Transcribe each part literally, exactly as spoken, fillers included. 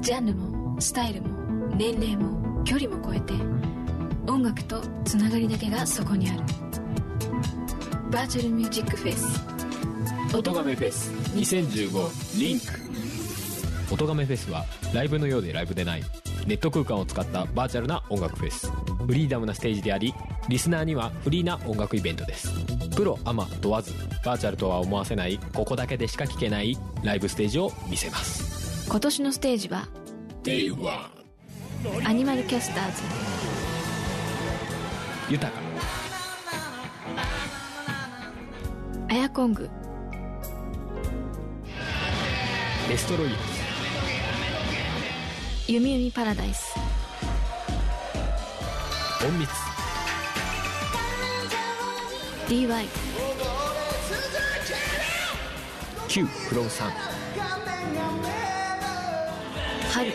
ジャンルもスタイルも年齢も距離も超えて音楽とつながりだけがそこにある。バーチャルミュージックフェス音亀フェスにせんじゅうごリンク。音亀フェスはライブのようでライブでないネット空間を使ったバーチャルな音楽フェス。フリーダムなステージであり、リスナーにはフリーな音楽イベントです。プロアマ問わずバーチャルとは思わせない、ここだけでしか聴けないライブステージを見せます。 今年のステージはデイワンアニマルキャスターズ、 豊か、 アヤコング、 デストロイヤーユミユミパラダイス、 隠密、 ディーワイ、 Q フロムさん、 春、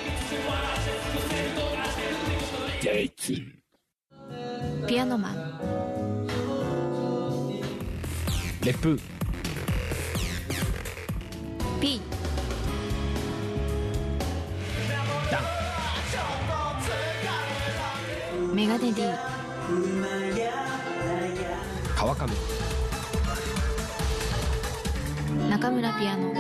デイツー、 ピアノマン、 レップ、 P、 ダン、 メガネ D、 川上、 中村ピアノ、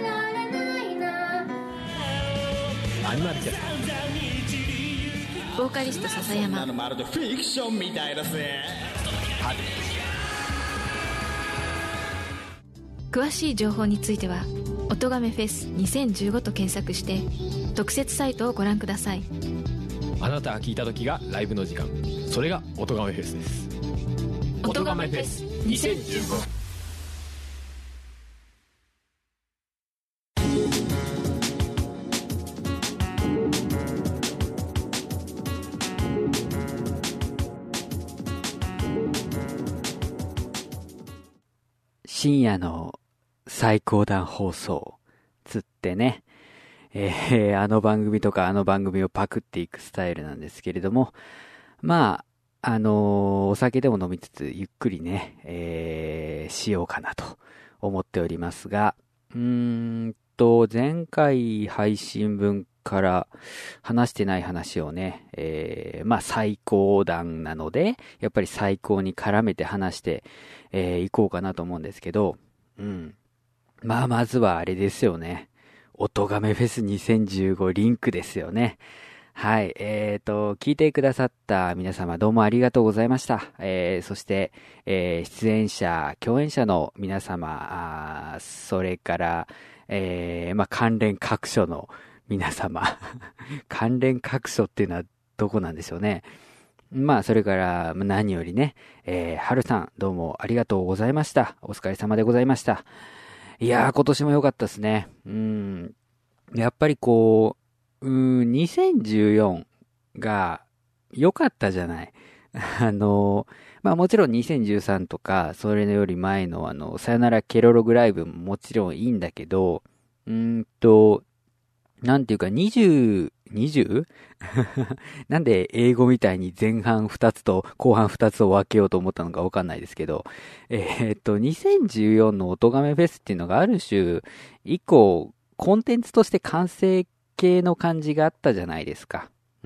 アニマルキャスター、 ボーカリスト笹山、 まるでフィクションみたいだぜ。 春。 詳しい情報については音亀フェスにせんじゅうごと検索して特設サイトをご覧ください。 あなたが聞いた時がライブの時間、それが音亀フェスです。音亀フェスにせんじゅうご。 深夜の最高段放送つってね、えー、あの番組とかあの番組をパクっていくスタイルなんですけれども、まあ、あのー、お酒でも飲みつつゆっくりね、えー、しようかなと思っておりますが、うーんと、前回配信分から話してない話をね、えー、まあ最高段なので、やっぱり最高に絡めて話してえー、行こうかなと思うんですけど、うん。まあ、まずはあれですよね。音亀フェスにせんじゅうごリンクですよね。はい。えーと、聞いてくださった皆様どうもありがとうございました。えー、そして、えー、出演者、共演者の皆様、あそれから、えー、まあ、関連各所の皆様。関連各所っていうのはどこなんでしょうね。まあ、それから、何よりね、えー、はるさん、どうもありがとうございました。お疲れ様でございました。いやー、今年も良かったですね。うん。やっぱりこう、うーん、にせんじゅうよんが良かったじゃない。あの、まあもちろんにせんじゅうさんとか、それより前のあの、さよならケロログライブももちろんいいんだけど、うーんと、なんていうか、にじゅう、にじゅう? なんで英語みたいに前半ふたつと後半ふたつを分けようと思ったのかわかんないですけど、えー、っと、にせんじゅうよんの音亀フェスっていうのがある種、以降、コンテンツとして完成形の感じがあったじゃないですか。うん。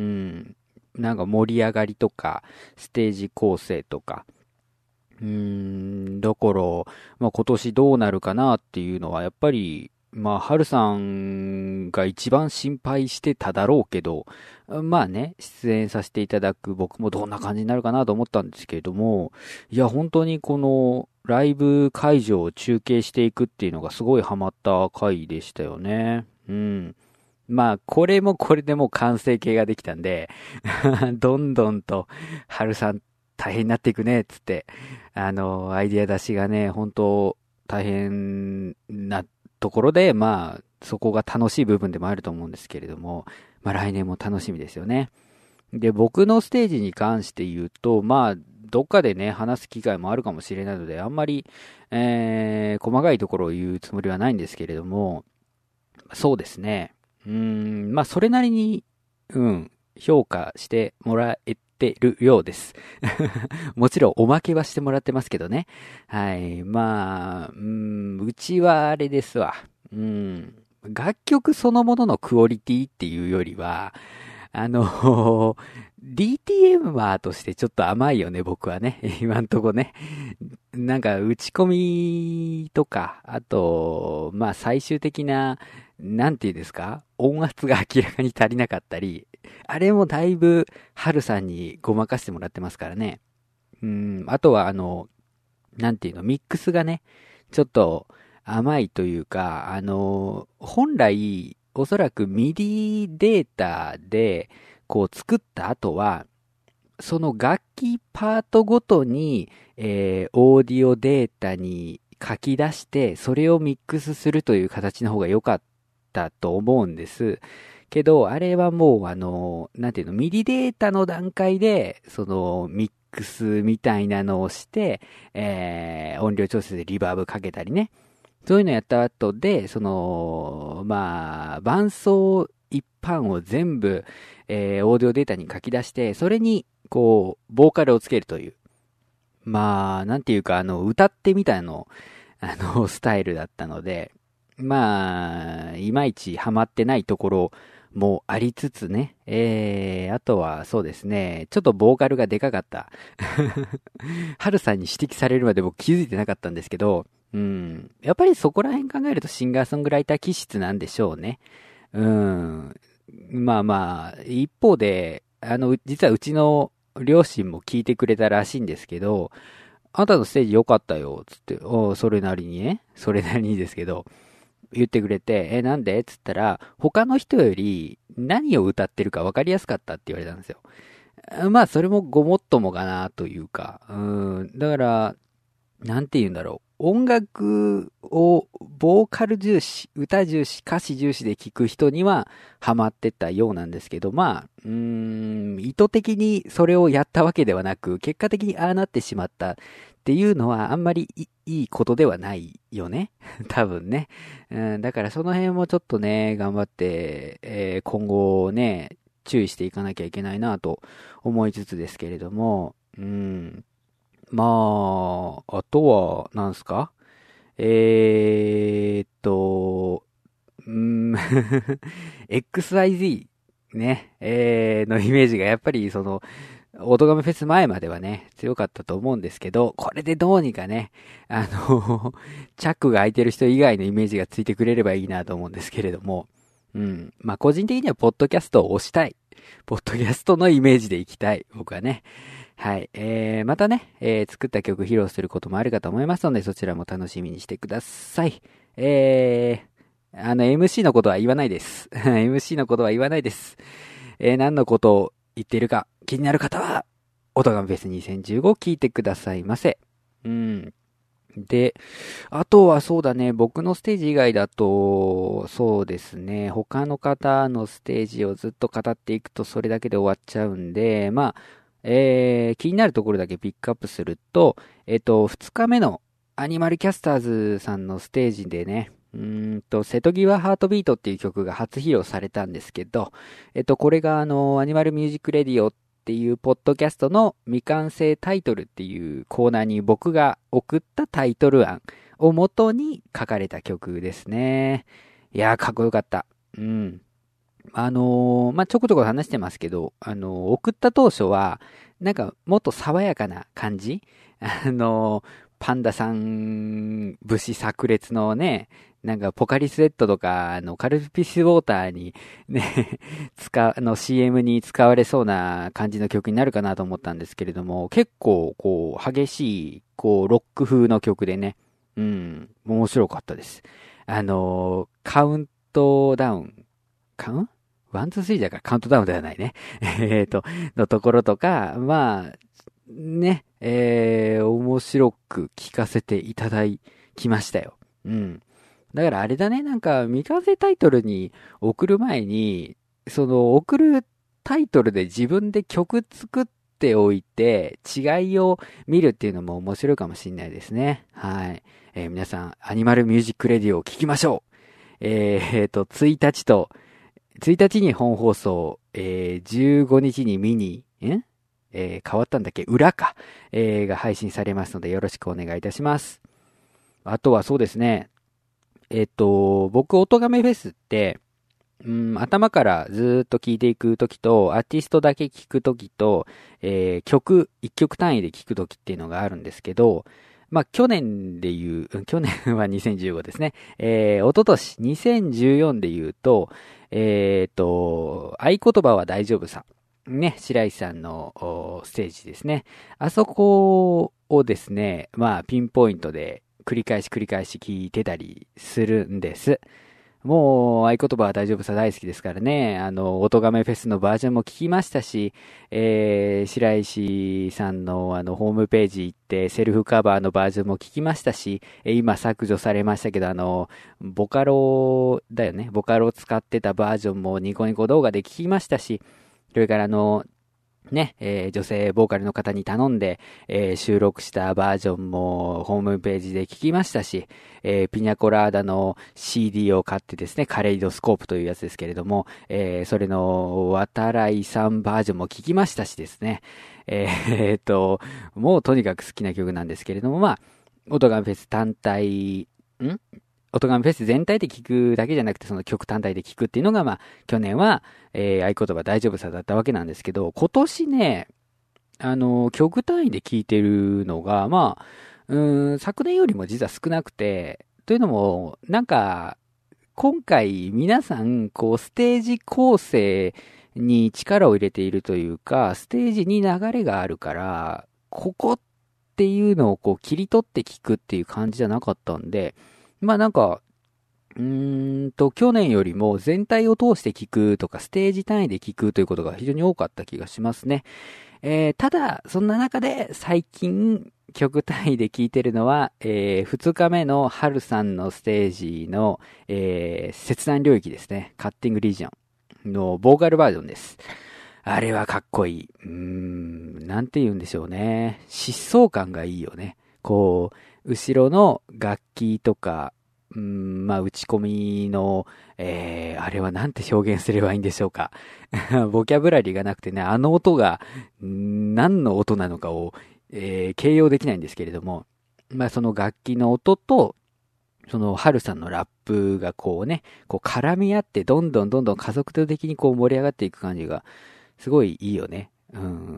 なんか盛り上がりとか、ステージ構成とか。うーん、だから、まあ今年どうなるかなっていうのは、やっぱり、まあ、はるさんが一番心配してただろうけど、まあね、出演させていただく僕もどんな感じになるかなと思ったんですけれども、いや、本当にこのライブ会場を中継していくっていうのがすごいハマった回でしたよね。うん。まあ、これもこれでもう完成形ができたんで、どんどんと、はるさん大変になっていくね、つって、あの、アイディア出しがね、本当大変なところで、まあ、そこが楽しい部分でもあると思うんですけれども、まあ来年も楽しみですよね。で、僕のステージに関して言うと、まあ、どっかでね、話す機会もあるかもしれないので、あんまり、えー、細かいところを言うつもりはないんですけれども、そうですね。うーん、まあ、それなりに、うん、評価してもらえてるようです。もちろんおまけはしてもらってますけどね。はい。まあ、うん、うちはあれですわ。うん。 楽曲そのもののクオリティっていうよりは、あの、ディーティーエム マーとしてちょっと甘いよね、僕はね。今んとこね。なんか、打ち込みとか、あと、まあ最終的な、なんていうんですか、音圧が明らかに足りなかったり、あれもだいぶ、ハルさんにごまかしてもらってますからね。うん、あとはあの、なんていうの、ミックスがね、ちょっと甘いというか、あの、本来、おそらくミディデータで、こう作った後は、その楽器パートごとに、えー、オーディオデータに書き出して、それをミックスするという形の方が良かったと思うんです。けど、あれはもうあの、なんていうの、ミディデータの段階で、そのミックスみたいなのをして、えー、音量調整でリバーブかけたりね。そういうのやった後で、その、まあ、伴奏一般を全部、えー、オーディオデータに書き出して、それに、こう、ボーカルをつけるという。まあ、なんていうか、あの、歌ってみたいの、あの、スタイルだったので、まあ、いまいちハマってないところもありつつね、えー、あとはそうですね、ちょっとボーカルがでかかった。ハルさんに指摘されるまで僕気づいてなかったんですけど、うん。やっぱりそこら辺考えるとシンガーソングライター気質なんでしょうね。うん。まあまあ、一方で、あの、実はうちの両親も聞いてくれたらしいんですけど、あなたのステージ良かったよ、つって、おそれなりにね、それなりにですけど、言ってくれて、え、なんでつったら、他の人より何を歌ってるか分かりやすかったって言われたんですよ。まあ、それもごもっともかな、というか。うん。だから、なんて言うんだろう。音楽をボーカル重視、歌重視、歌詞重視で聴く人にはハマってたようなんですけど、まあ、うーん、意図的にそれをやったわけではなく、結果的にああなってしまったっていうのはあんまりいいことではないよね。多分ね、うん。だからその辺もちょっとね、頑張って、えー、今後ね、注意していかなきゃいけないなと思いつつですけれども、うん。まあ、あとは、なんすかえーっと、うーん、エックスワイゼット ね、えー、のイメージがやっぱりその、オトガメフェス前まではね、強かったと思うんですけど、これでどうにかね、あの、チャックが開いてる人以外のイメージがついてくれればいいなと思うんですけれども、うん。まあ、個人的にはポッドキャストを推したい。ポッドキャストのイメージでいきたい。僕はね。はい。えー、またね、えー、作った曲披露することもあるかと思いますので、そちらも楽しみにしてください。えー、あの、エムシー のことは言わないです。エムシー のことは言わないです。えー、何のことを言っているか気になる方は、オトガメフェスにせんじゅうごを聞いてくださいませ。うん。で、あとはそうだね、僕のステージ以外だと、そうですね、他の方のステージをずっと語っていくとそれだけで終わっちゃうんで、まあ、えー、気になるところだけピックアップすると、えっと、二日目のアニマルキャスターズさんのステージでね、うーんと、瀬戸際ハートビートっていう曲が初披露されたんですけど、えっと、これがあの、アニマルミュージックレディオっていうポッドキャストの未完成タイトルっていうコーナーに僕が送ったタイトル案を元に書かれた曲ですね。いやー、かっこよかった。うん。あのー、まあ、ちょこちょこ話してますけど、あのー、送った当初は、なんか、もっと爽やかな感じあのー、パンダさん、武士炸裂のね、なんか、ポカリスエットとか、あの、カルピスウォーターに、ね、使う、あの、シーエム に使われそうな感じの曲になるかなと思ったんですけれども、結構、こう、激しい、こう、ロック風の曲でね、うん、面白かったです。あの、カウントダウン、カウンワン、ツー、スリーだからカウントダウンではないね。えっと、のところとか、まあ、ね、えー、面白く聞かせていただきましたよ。うん。だからあれだね、なんか、未完成タイトルに送る前に、その、送るタイトルで自分で曲作っておいて、違いを見るっていうのも面白いかもしれないですね。はい。えー、皆さん、アニマルミュージックレディオを聞きましょう。えー、えーと、ついたちと、ついたちに本放送、えー、じゅうごにちにミニ、んえー、変わったんだっけ裏か、えー、が配信されますのでよろしくお願いいたします。あとはそうですね、 えっと、僕、音亀フェスって、うん、頭からずーっと聴いていくときと、アーティストだけ聴くときと、えー、曲、一曲単位で聴くときっていうのがあるんですけど、まあ、去年で言う、去年はにせんじゅうごですね。えー、一昨年にせんじゅうよんで言うと、えーと、合言葉は大丈夫さ。ね、白石さんのステージですね。あそこをですね、まあ、ピンポイントで繰り返し繰り返し聞いてたりするんです。もう、合言葉は大丈夫さ大好きですからね。あの、音亀フェスのバージョンも聞きましたし、えー、白石さんのあの、ホームページ行ってセルフカバーのバージョンも聞きましたし、今削除されましたけど、あの、ボカロだよね。ボカロを使ってたバージョンもニコニコ動画で聞きましたし、それからあの、ね、えー、女性ボーカルの方に頼んで、えー、収録したバージョンもホームページで聞きましたし、えー、ピニャコラーダの シーディー を買ってですね、カレイドスコープというやつですけれども、えー、それの渡来さんバージョンも聞きましたしですね、えー、えー、っと、もうとにかく好きな曲なんですけれども、まあ、音ガンフェス単体、ん音ガンフェス全体で聴くだけじゃなくて、その曲単体で聴くっていうのが、まあ、去年は、えー、合言葉大丈夫さだったわけなんですけど、今年ね、あの、曲単位で聴いてるのが、まあ、うーん、昨年よりも実は少なくて、というのも、なんか、今回皆さん、こう、ステージ構成に力を入れているというか、ステージに流れがあるから、ここっていうのをこう、切り取って聴くっていう感じじゃなかったんで、まあなんか、うーんと、去年よりも全体を通して聞くとか、ステージ単位で聞くということが非常に多かった気がしますね。えー、ただ、そんな中で最近曲単位で聞いてるのは、えー、ふつかめの春さんのステージの、えー、切断領域ですね。カッティングリージョンのボーカルバージョンです。あれはかっこいい。うーん、なんて言うんでしょうね。疾走感がいいよね。こう、後ろの楽器とか、うん、まあ、打ち込みの、えー、あれはなんて表現すればいいんでしょうか。ボキャブラリーがなくてね、あの音が何の音なのかを、えー、形容できないんですけれども、まあ、その楽器の音と、その、春さんのラップがこうね、こう絡み合って、どんどんどんどん加速度的にこう盛り上がっていく感じが、すごいいいよね。うん、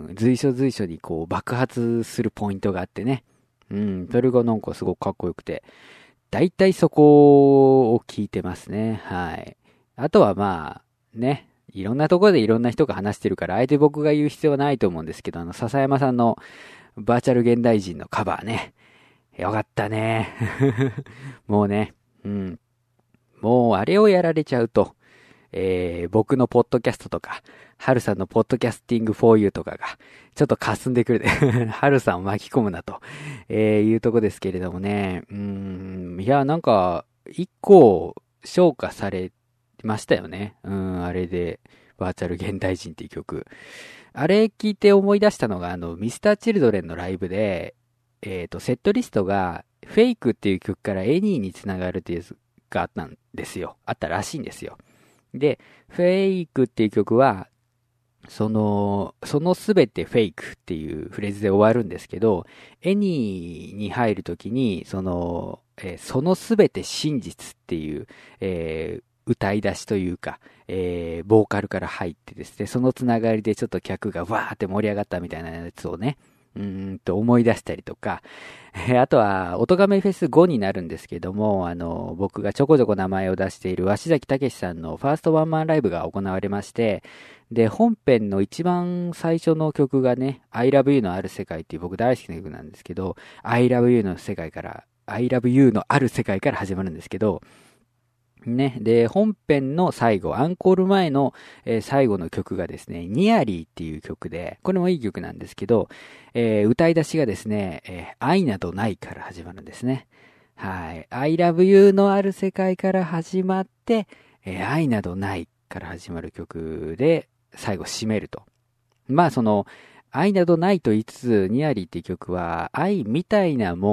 随所随所にこう爆発するポイントがあってね。うん、それがなんかすごくかっこよくて、だいたいそこを聞いてますね。はい。あとはまあ、ね、いろんなところでいろんな人が話してるから、あえて僕が言う必要はないと思うんですけど、あの、笹山さんのバーチャル現代人のカバーね。よかったね。もうね、うん。もうあれをやられちゃうと、えー、僕のポッドキャストとか、ハルさんのポッドキャスティング フォーユー とかが、ちょっと霞んでくるで、ハルさんを巻き込むなと、えー、いうとこですけれどもね、うーん、いや、なんか、一個、昇華されましたよね。うん、あれで、バーチャル現代人っていう曲。あれ聞いて思い出したのが、あの、ミスターチルドレンのライブで、えっと、セットリストが、フェイクっていう曲からエニーにつながるっていうやつがあったんですよ。あったらしいんですよ。で、フェイクっていう曲は、その、そのすべてフェイクっていうフレーズで終わるんですけど、エニーに入るときに、その、えー、そのすべて真実っていう、えー、歌い出しというか、えー、ボーカルから入ってですね、そのつながりでちょっと客がわーって盛り上がったみたいなやつをね、うーんと思い出したりとか、あとは、音亀フェスごになるんですけども、あの、僕がちょこちょこ名前を出している鷲崎武さんのファーストワンマンライブが行われまして、で、本編の一番最初の曲がね、I love you のある世界っていう僕大好きな曲なんですけど、I love you の世界から、I love you のある世界から始まるんですけど、ね。で、本編の最後、アンコール前の、えー、最後の曲がですね、ニアリーっていう曲で、これもいい曲なんですけど、えー、歌い出しがですね、えー、愛などないから始まるんですね。はい。I love you のある世界から始まって、えー、愛などないから始まる曲で、最後締めると。まあその、愛などないと言いつつ、ニアリーっていう曲は、愛みたいなもん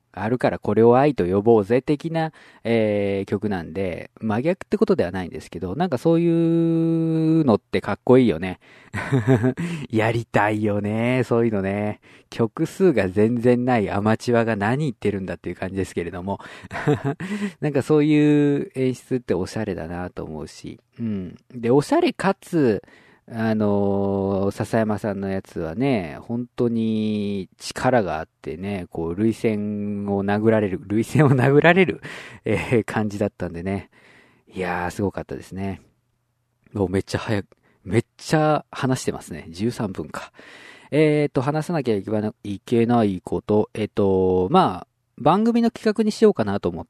あるからこれを愛と呼ぼうぜ的な、えー、曲なんで、真逆ってことではないんですけど、なんかそういうのってかっこいいよね。やりたいよね、そういうのね。曲数が全然ないアマチュアが何言ってるんだっていう感じですけれども。なんかそういう演出っておしゃれだなと思うし。うん。で、おしゃれかつ、あのー、笹山さんのやつはね、本当に力があってね、こう、涙腺を殴られる、涙腺を殴られる、えー、感じだったんでね。いやー、すごかったですね。もうめっちゃ早く、めっちゃ話してますね。じゅうさんぷんか。えーと、話さなきゃいけないこと、えっと、まあ、番組の企画にしようかなと思って、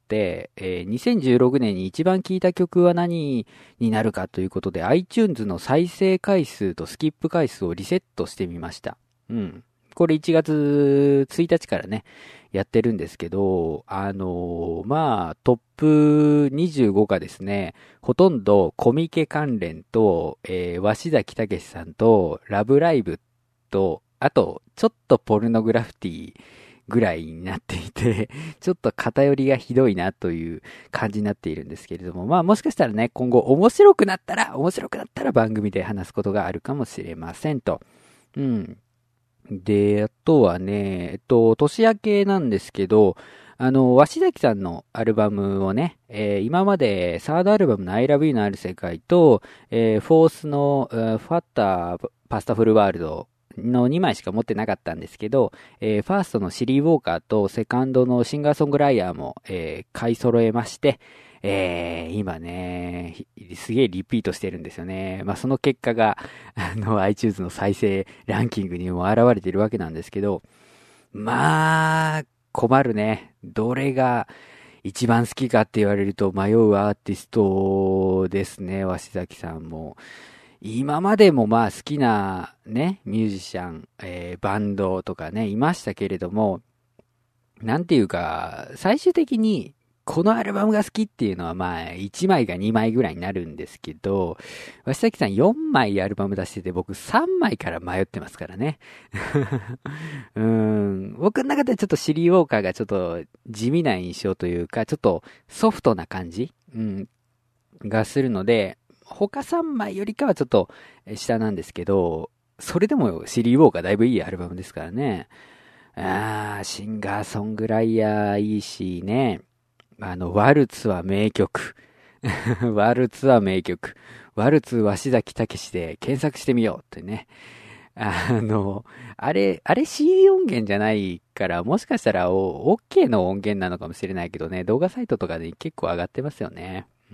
えー、にせんじゅうろくねんに一番聴いた曲は何になるかということで iTunes の再生回数とスキップ回数をリセットしてみました。うん。これいちがつついたちからね、やってるんですけど、あのー、まあ、トップにじゅうごがですね、ほとんどコミケ関連と、えー、鷲崎武さんとラブライブと、あと、ちょっとポルノグラフィティぐらいになっていて、ちょっと偏りがひどいなという感じになっているんですけれども、まあもしかしたらね、今後面白くなったら、面白くなったら番組で話すことがあるかもしれませんと。うん。で、あとはね、えっと、年明けなんですけど、あの、鷲崎さんのアルバムをね、えー、今までサードアルバムの I Love You のある世界と、えー、フォースの、ファッターパスタフルワールドのにまいしか持ってなかったんですけど、えー、ファーストのシリー・ウォーカーとセカンドのシンガーソングライヤーも、えー、買い揃えまして、えー、今ね、すげえリピートしてるんですよね。まあ、その結果が、あの、iTunes の再生ランキングにも現れているわけなんですけど、まあ、困るね。どれが一番好きかって言われると迷うアーティストですね、鷲崎さんも。今までもまあ好きなね、ミュージシャン、えー、バンドとかね、いましたけれども、なんていうか、最終的にこのアルバムが好きっていうのはまあいちまいかにまいぐらいになるんですけど、鷲崎さんよんまいアルバム出してて僕さんまいから迷ってますからね。うーん、僕の中ではちょっとシリー・ウォーカーがちょっと地味な印象というか、ちょっとソフトな感じ、うん、がするので、他さんまいよりかはちょっと下なんですけど、それでもシリー・ウォーカーだいぶいいアルバムですからね。あー、シンガーソングライヤーいいしね。あの、ワルツは名曲。ワルツは名曲。ワルツ鷲崎武で検索してみようってね。あの、あれ、あれ シーディー 音源じゃないから、もしかしたら OK の音源なのかもしれないけどね、動画サイトとかで結構上がってますよね。うん。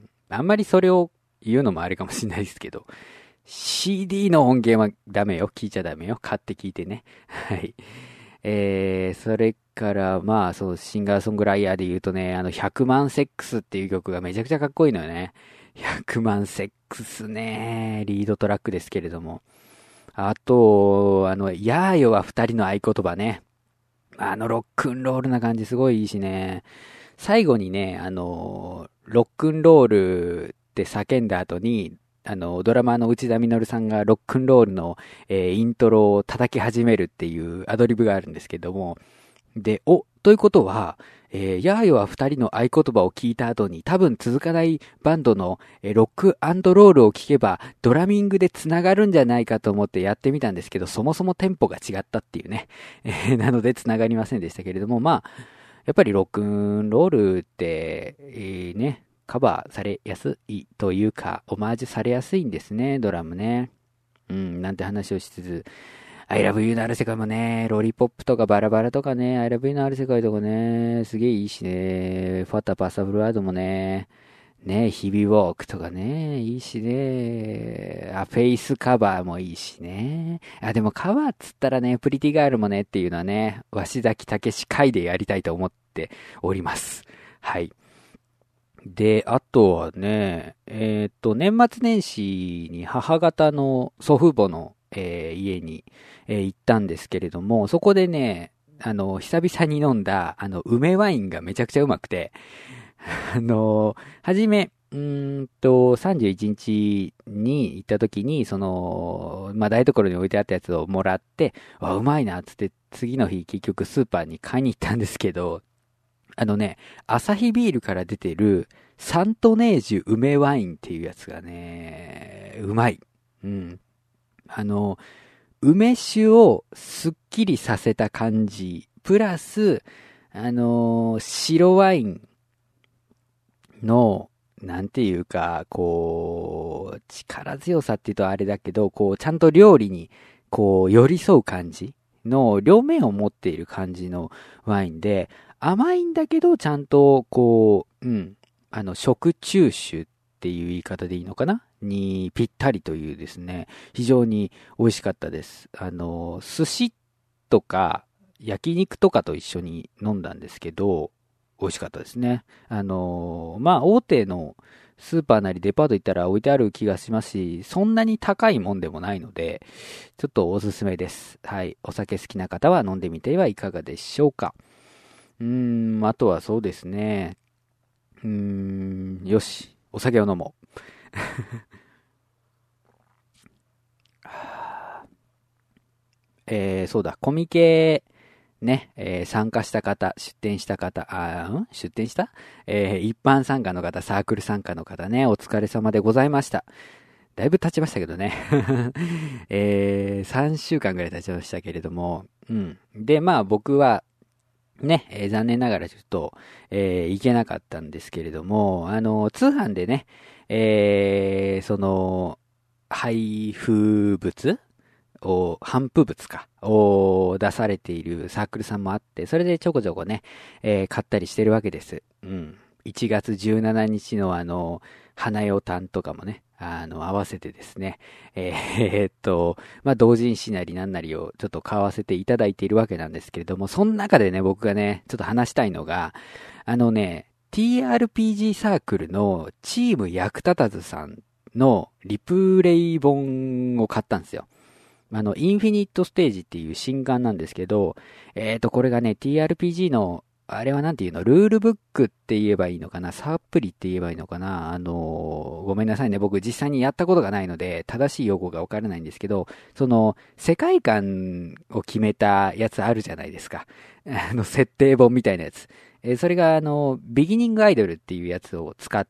あんまりそれを言うのもあれかもしれないですけど、シーディー の音源はダメよ。聞いちゃダメよ。買って聞いてね。はい。えー、それから、まあ、そう、シンガーソングライヤーで言うとね、あの、ひゃくまんセックスっていう曲がめちゃくちゃかっこいいのよね。ひゃくまんセックスね、リードトラックですけれども。あと、あの、ヤーヨは二人の合言葉ね。あの、ロックンロールな感じすごいいいしね。最後にね、あの、ロックンロールって叫んだ後に、あの、ドラマーの内田実さんがロックンロールの、えー、イントロを叩き始めるっていうアドリブがあるんですけども、で、お、ということは、えー、ヤーヨは二人の合言葉を聞いた後に多分続かないバンドの、えー、ロック&ロールを聞けばドラミングで繋がるんじゃないかと思ってやってみたんですけど、そもそもテンポが違ったっていうね。えー、なので繋がりませんでしたけれども、まあ、やっぱりロックンロールって、えー、ね、カバーされやすいというか、オマージュされやすいんですね、ドラムね。うん、なんて話をしつつ、I love you のある世界もね、ロリポップとかバラバラとかね、I love you のある世界とかね、すげえいいしね、ファッターパスタフルワードもね、ね、日々ウォークとかね、いいしね、あ、フェイスカバーもいいしね。あ、でもカバーっつったらね、プリティガールもねっていうのはね、鷲崎武会でやりたいと思っております。はい。で、あとはね、えっと、年末年始に母方の祖父母の、えー、家に、えー、行ったんですけれども、そこでね、あの、久々に飲んだ、あの、梅ワインがめちゃくちゃうまくて、あの、はじめ、 うーんと、さんじゅういちにちに行った時に、その、まあ、台所に置いてあったやつをもらって、あ、うまいなっつって、次の日結局スーパーに買いに行ったんですけど、あのね、アサヒビールから出てるサントネージュ梅ワインっていうやつがね、うまい。うん。あの、梅酒をすっきりさせた感じ、プラス、あのー白ワインの、なんていうか、こう、力強さっていうとあれだけど、こう、ちゃんと料理に、こう、寄り添う感じの、両面を持っている感じのワインで、甘いんだけど、ちゃんと、こう、うん、あの、食中酒っていう言い方でいいのかなにぴったりというですね、非常に美味しかったです。あの、寿司とか焼肉とかと一緒に飲んだんですけど、美味しかったですね。あの、まあ、大手のスーパーなりデパート行ったら置いてある気がしますし、そんなに高いもんでもないので、ちょっとおすすめです。はい。お酒好きな方は飲んでみてはいかがでしょうか。うーん、あとはそうですね。うーん、よし。お酒を飲もう。えー、そうだ、コミケ、ね、えー参加した方、出展した方、あーん出展した、えー一般参加の方、サークル参加の方ね、お疲れ様でございました。だいぶ経ちましたけどね。えー、さんしゅうかんぐらい経ちましたけれども、うん。で、まあ僕は、ね、えー残念ながらちょっと、えー行けなかったんですけれども、あの、通販でね、えーその、配布物を、頒布物か、を出されているサークルさんもあって、それでちょこちょこね、えー買ったりしてるわけです。うん。いちがつじゅうしちにちのあの、花よたんとかもね、あの、合わせてですね、えーえーっと、まあ、同人誌なりなんなりをちょっと買わせていただいているわけなんですけれども、その中でね、僕がね、ちょっと話したいのが、あのね、ティーアールピージー サークルのチーム役立たずさんのリプレイ本を買ったんですよ。あの、インフィニットステージっていう新刊なんですけど、えーと、これがね、ティーアールピージー の、あれはなんていうの、ルールブックって言えばいいのかな、サープリって言えばいいのかな、あのー、ごめんなさいね、僕実際にやったことがないので、正しい用語がわからないんですけど、その、世界観を決めたやつあるじゃないですか。あの、設定本みたいなやつ。えーそれが、あの、ビギニングアイドルっていうやつを使った、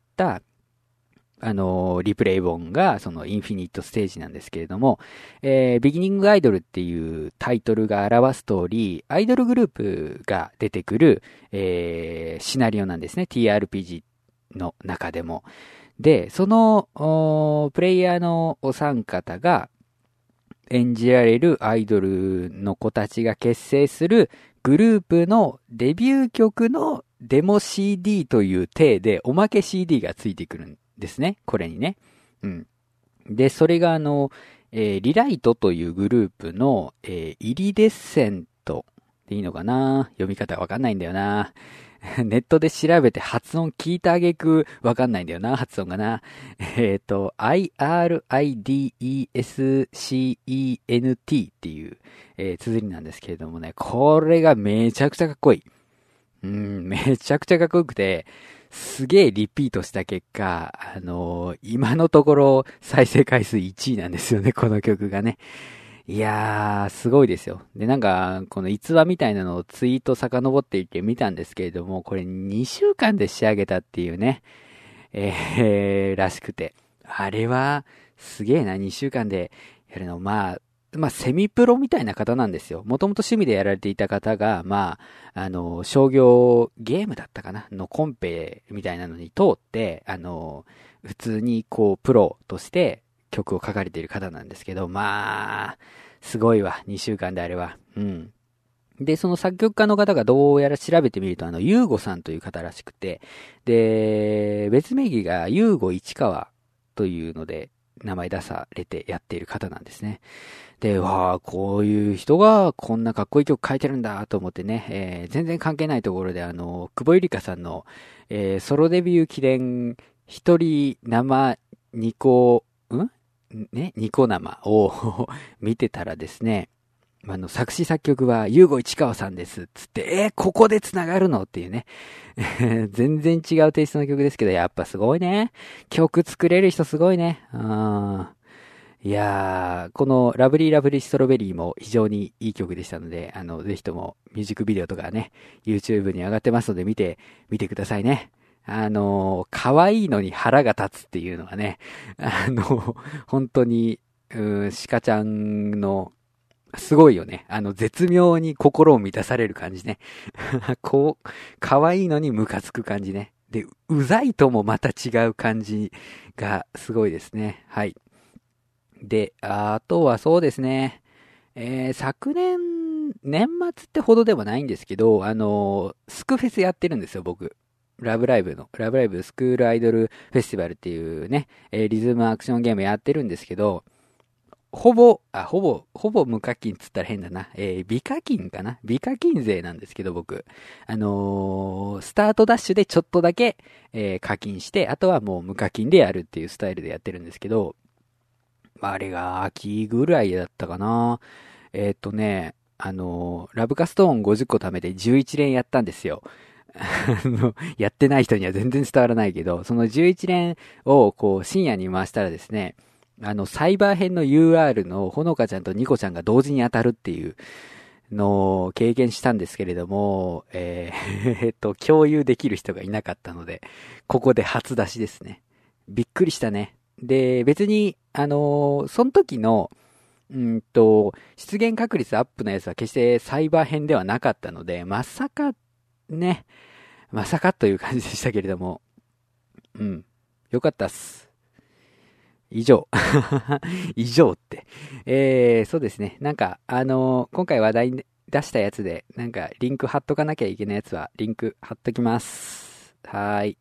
あの、リプレイ本が、そのインフィニットステージなんですけれども、えー、ビギニングアイドルっていうタイトルが表す通り、アイドルグループが出てくる、えー、シナリオなんですね。ティーアールピージー の中でも。で、その、プレイヤーのお三方が演じられるアイドルの子たちが結成するグループのデビュー曲のデモ シーディー という体でおまけ シーディー がついてくるんですね。これにね。うん。で、それがあの、えーリライトというグループの、えーイリデッセントでいいのかな、読み方わかんないんだよな。ネットで調べて発音聞いてあげくわかんないんだよな、発音がな。えっ、と、アイアールアイディーイーエスシーイーエヌティー っていう、えー綴りなんですけれどもね、これがめちゃくちゃかっこいい。うん、めちゃくちゃかっこよくて、すげえリピートした結果、あのー今のところ再生回数いちいなんですよね、この曲がね。いやー、すごいですよ。で、なんか、この逸話みたいなのをツイート遡っていって見たんですけれども、これにしゅうかんで仕上げたっていうね、えー、らしくて。あれは、すげえな、にしゅうかんでやるの。まあ、まあ、セミプロみたいな方なんですよ。もともと趣味でやられていた方が、まあ、あの、商業ゲームだったかなのコンペみたいなのに通って、あの、普通にこう、プロとして曲を書かれている方なんですけど、まあ、すごいわ、にしゅうかんであれは。うん。で、その作曲家の方がどうやら調べてみると、あの、ユーゴさんという方らしくて、で、別名義がユーゴ市川というので、名前出されてやっている方なんですね。で、わあ、こういう人がこんなかっこいい曲書いてるんだと思ってね、えー全然関係ないところで、あの、久保ゆりかさんの、えーソロデビュー記念一人生ニコ、んね、ニコ生を見てたらですね、 あの、作詞作曲は、ゆうご市川さんです。つって、えー、ここで繋がるのっていうね。全然違うテイストの曲ですけど、やっぱすごいね。曲作れる人すごいね。あいやー、このラブリーラブリーストロベリーも非常にいい曲でしたので、あの、ぜひともミュージックビデオとかね、YouTube に上がってますので見て、見てくださいね。あの、可愛いのに腹が立つっていうのがね、あの、本当に、うん、鹿ちゃんの、すごいよね。あの、絶妙に心を満たされる感じね。こう、可愛いのにムカつく感じね。で、うざいともまた違う感じがすごいですね。はい。で、あとはそうですね。えー、昨年、年末ってほどでもないんですけど、あの、スクフェスやってるんですよ、僕。ラブライブの、ラブライブスクールアイドルフェスティバルっていうね、えー、リズムアクションゲームやってるんですけど、ほぼ、あ、ほぼ、ほぼ無課金つったら変だな。えー、微課金かな微課金税なんですけど、僕。あのー、スタートダッシュでちょっとだけ、えー、課金して、あとはもう無課金でやるっていうスタイルでやってるんですけど、あれが秋ぐらいだったかな。えっとね、あのー、ラブカストーンごじゅっこ貯めてじゅういち連やったんですよ。あの、やってない人には全然伝わらないけど、そのじゅういち連をこう深夜に回したらですね、あの、サイバー編の ユーアール のほのかちゃんとニコちゃんが同時に当たるっていうのを経験したんですけれども、えー、えっと、共有できる人がいなかったので、ここで初出しですね。びっくりしたね。で、別に、あのー、その時の、うんと、出現確率アップのやつは決してサイバー編ではなかったので、まさか、ね、まさかという感じでしたけれども、うん、よかったっす。以上。以上って。えー、そうですね。なんか、あのー、今回話題に出したやつで、なんか、リンク貼っとかなきゃいけないやつは、リンク貼っときます。はーい。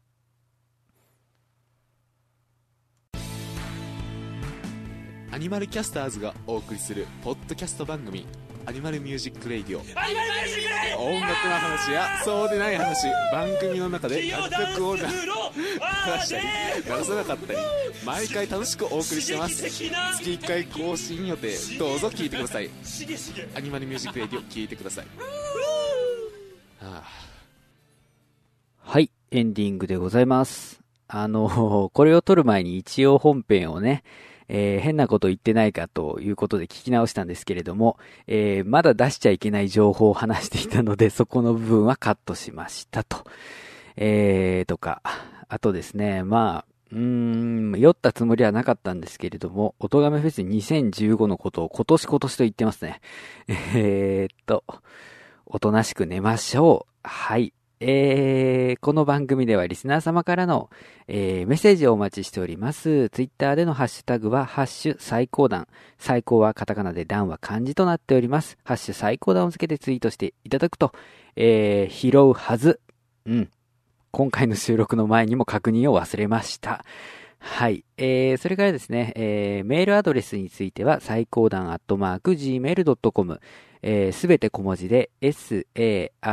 アニマルキャスターズがお送りするポッドキャスト番組アニマルミュージックレイディオ。音楽の話やそうでない話、番組の中で楽曲を流したり流さなかったり、毎回楽しくお送りしてます。月いっかい更新予定。どうぞ聞いてください。アニマルミュージックレイディオ聞いてください。はあ、 はい、エンディングでございます。あのこれを撮る前に一応本編をね、えー、変なこと言ってないかということで聞き直したんですけれども、えー、まだ出しちゃいけない情報を話していたので、そこの部分はカットしましたと。えー、とか、あとですね、まあ、うーん、酔ったつもりはなかったんですけれども、おとがめフェスにせんじゅうごのことを今年今年と言ってますね。えーっと、おとなしく寝ましょう。はい。えー、この番組ではリスナー様からの、えー、メッセージをお待ちしております。ツイッターでのハッシュタグは、ハッシュ最高段。最高はカタカナで段は漢字となっております。ハッシュ最高段をつけてツイートしていただくと、えー、拾うはず。うん。今回の収録の前にも確認を忘れました。はい。えー、それからですね、えー、メールアドレスについては、最高段アットマーク ジーメールドットコム。えー、すべて小文字で サイコダン ア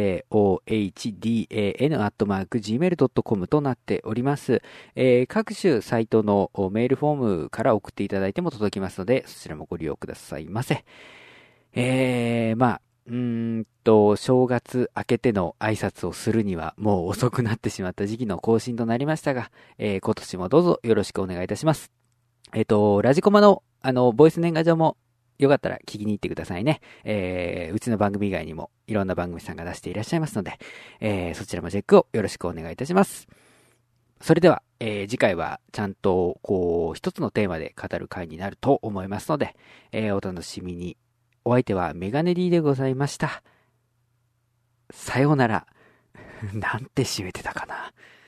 ットマーク ジーメールドットコム となっております。えー、各種サイトのメールフォームから送っていただいても届きますので、そちらもご利用くださいませ。えー、まあ、うーんと、正月明けての挨拶をするにはもう遅くなってしまった時期の更新となりましたが、えー、今年もどうぞよろしくお願いいたします。えっと、ラジコマの、あの、ボイス年賀状もよかったら聞きに行ってくださいね。えー、うちの番組以外にもいろんな番組さんが出していらっしゃいますので、えー、そちらもチェックをよろしくお願いいたします。それでは、えー、次回はちゃんとこう一つのテーマで語る回になると思いますので、えー、お楽しみに。お相手はメガネ D でございました。さようなら。なんて締めてたかな。